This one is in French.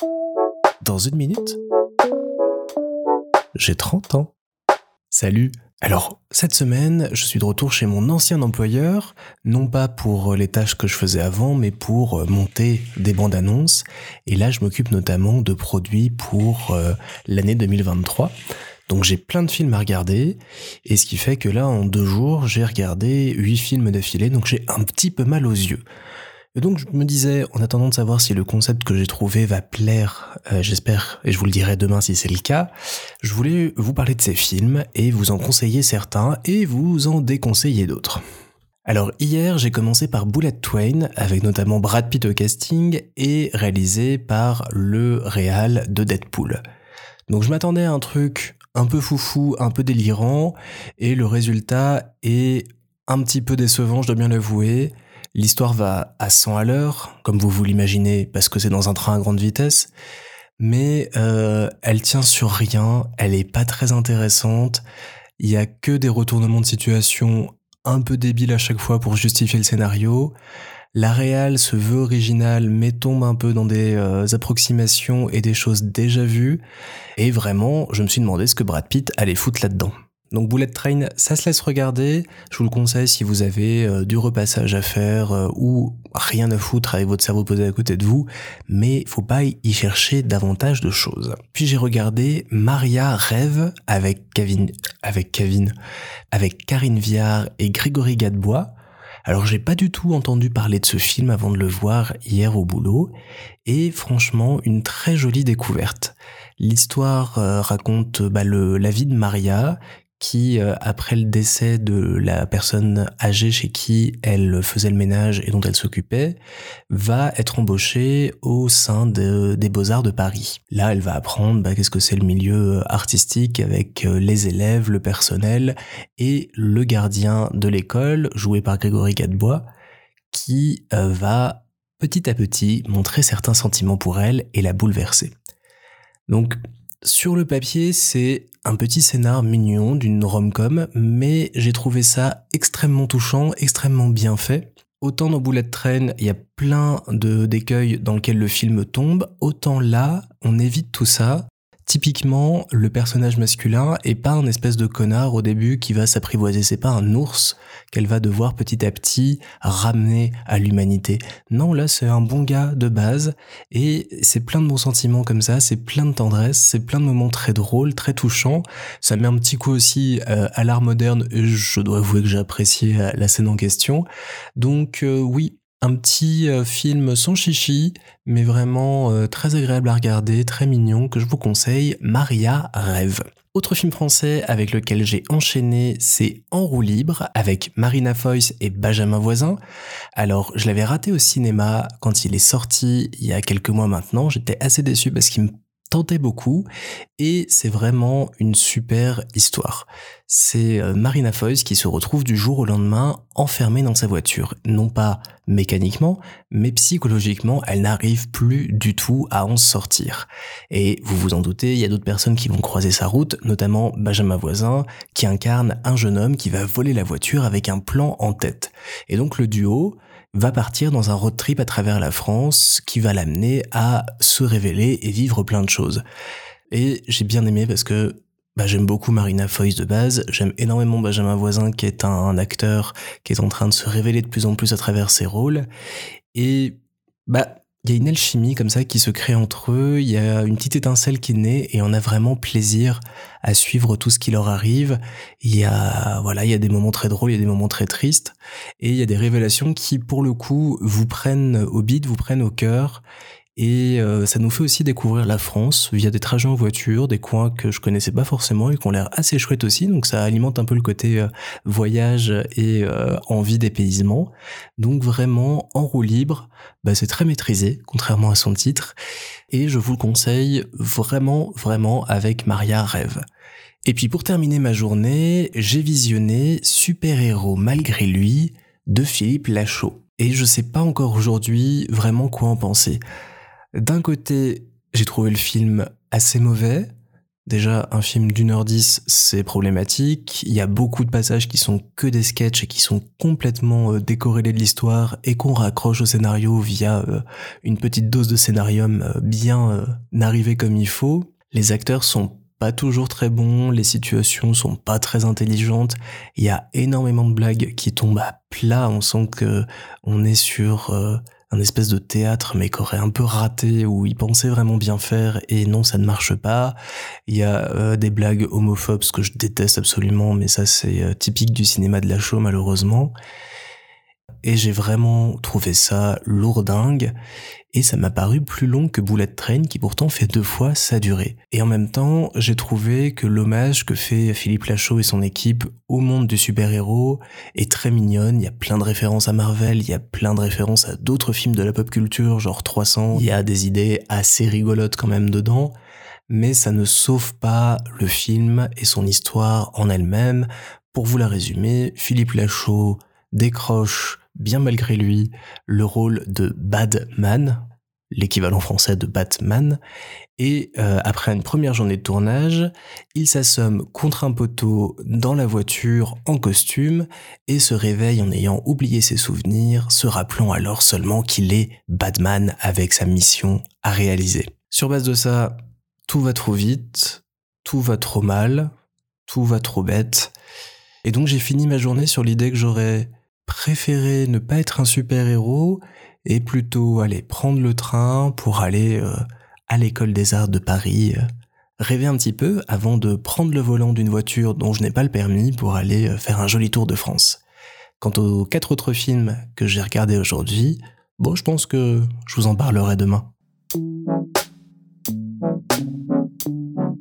Dans une minute, j'ai 30 ans. Salut. Alors, cette semaine, je suis de retour chez mon ancien employeur, non pas pour les tâches que je faisais avant, mais pour monter des bandes annonces. Et là, je m'occupe notamment de produits pour l'année 2023. Donc j'ai plein de films à regarder, et ce qui fait que là, en 2 jours, j'ai regardé 8 films d'affilée, donc j'ai un petit peu mal aux yeux. Et donc je me disais, en attendant de savoir si le concept que j'ai trouvé va plaire, j'espère, et je vous le dirai demain si c'est le cas, je voulais vous parler de ces films, et vous en conseiller certains, et vous en déconseiller d'autres. Alors hier, j'ai commencé par Bullet Train, avec notamment Brad Pitt au casting, et réalisé par le réal de Deadpool. Donc je m'attendais à un truc un peu foufou, un peu délirant, et le résultat est un petit peu décevant, je dois bien l'avouer. L'histoire va à 100 à l'heure, comme vous l'imaginez, parce que c'est dans un train à grande vitesse, mais elle tient sur rien, elle est pas très intéressante, il y a que des retournements de situation un peu débiles à chaque fois pour justifier le scénario. La réal se veut originale, mais tombe un peu dans des approximations et des choses déjà vues. Et vraiment, je me suis demandé ce que Brad Pitt allait foutre là-dedans. Donc Bullet Train, ça se laisse regarder. Je vous le conseille si vous avez du repassage à faire ou rien à foutre avec votre cerveau posé à côté de vous. Mais faut pas y chercher davantage de choses. Puis j'ai regardé Maria Rêve avec Karine Viard et Grégory Gadebois. Alors j'ai pas du tout entendu parler de ce film avant de le voir hier au boulot, et franchement une très jolie découverte. L'histoire raconte la vie de Maria, qui, après le décès de la personne âgée chez qui elle faisait le ménage et dont elle s'occupait, va être embauchée au sein des Beaux-Arts de Paris. Là, elle va apprendre qu'est-ce que c'est le milieu artistique avec les élèves, le personnel et le gardien de l'école, joué par Grégory Gadebois, qui va petit à petit montrer certains sentiments pour elle et la bouleverser. Donc, sur le papier, c'est un petit scénar mignon d'une rom-com, mais j'ai trouvé ça extrêmement touchant, extrêmement bien fait. Autant dans Bullet Train, il y a plein d'écueils dans lesquels le film tombe, autant là, on évite tout ça. Typiquement, le personnage masculin est pas un espèce de connard au début qui va s'apprivoiser, c'est pas un ours qu'elle va devoir petit à petit ramener à l'humanité. Non, là c'est un bon gars de base, et c'est plein de bons sentiments comme ça, c'est plein de tendresse, c'est plein de moments très drôles, très touchants. Ça met un petit coup aussi à l'art moderne, et je dois avouer que j'ai apprécié la scène en question. Donc oui, un petit film sans chichi, mais vraiment très agréable à regarder, très mignon, que je vous conseille, Maria Rêve. Autre film français avec lequel j'ai enchaîné, c'est En roue libre, avec Marina Foïs et Benjamin Voisin. Alors, je l'avais raté au cinéma quand il est sorti il y a quelques mois maintenant, j'étais assez déçu parce qu'il me tentait beaucoup, et c'est vraiment une super histoire. C'est Marina Foïs qui se retrouve du jour au lendemain enfermée dans sa voiture. Non pas mécaniquement, mais psychologiquement, elle n'arrive plus du tout à en sortir. Et vous vous en doutez, il y a d'autres personnes qui vont croiser sa route, notamment Benjamin Voisin, qui incarne un jeune homme qui va voler la voiture avec un plan en tête. Et donc le duo va partir dans un road trip à travers la France qui va l'amener à se révéler et vivre plein de choses. Et j'ai bien aimé parce que j'aime beaucoup Marina Foïs de base, j'aime énormément Benjamin Voisin qui est un acteur qui est en train de se révéler de plus en plus à travers ses rôles, et il y a une alchimie comme ça qui se crée entre eux, il y a une petite étincelle qui naît et on a vraiment plaisir à suivre tout ce qui leur arrive. Il y a des moments très drôles, il y a des moments très tristes, et il y a des révélations qui pour le coup vous prennent au bide, vous prennent au cœur. Et ça nous fait aussi découvrir la France via des trajets en voiture, des coins que je connaissais pas forcément et qui ont l'air assez chouettes aussi, donc ça alimente un peu le côté voyage et envie dépaysement. Donc vraiment, En roue libre, c'est très maîtrisé, contrairement à son titre, et je vous le conseille vraiment, vraiment avec Maria Rêve. Et puis pour terminer ma journée, j'ai visionné Super-héros malgré lui de Philippe Lachaud. Et je sais pas encore aujourd'hui vraiment quoi en penser. D'un côté, j'ai trouvé le film assez mauvais. Déjà, un film d'1h10, c'est problématique. Il y a beaucoup de passages qui sont que des sketchs et qui sont complètement décorrélés de l'histoire et qu'on raccroche au scénario via une petite dose de scénarium bien arrivée comme il faut. Les acteurs sont pas toujours très bons, les situations sont pas très intelligentes. Il y a énormément de blagues qui tombent à plat. On sent que on est sur un espèce de théâtre mais qu'aurait un peu raté, où ils pensaient vraiment bien faire et non, ça ne marche pas. Il y a des blagues homophobes, ce que je déteste absolument, mais ça c'est typique du cinéma de la chaux malheureusement. Et j'ai vraiment trouvé ça lourdingue, et ça m'a paru plus long que Bullet Train, qui pourtant fait 2 fois sa durée. Et en même temps, j'ai trouvé que l'hommage que fait Philippe Lachaud et son équipe au monde du super-héros est très mignonne. Il y a plein de références à Marvel, il y a plein de références à d'autres films de la pop culture, genre 300. Il y a des idées assez rigolotes quand même dedans, mais ça ne sauve pas le film et son histoire en elle-même. Pour vous la résumer, Philippe Lachaud décroche, bien malgré lui, le rôle de Badman, l'équivalent français de Batman, et après une première journée de tournage, il s'assomme contre un poteau dans la voiture en costume et se réveille en ayant oublié ses souvenirs, se rappelant alors seulement qu'il est Batman avec sa mission à réaliser. Sur base de ça, tout va trop vite, tout va trop mal, tout va trop bête, et donc j'ai fini ma journée sur l'idée que j'aurais préféré ne pas être un super-héros et plutôt aller prendre le train pour aller à l'école des arts de Paris, rêver un petit peu avant de prendre le volant d'une voiture dont je n'ai pas le permis pour aller faire un joli tour de France. Quant aux 4 autres films que j'ai regardés aujourd'hui, bon, je pense que je vous en parlerai demain.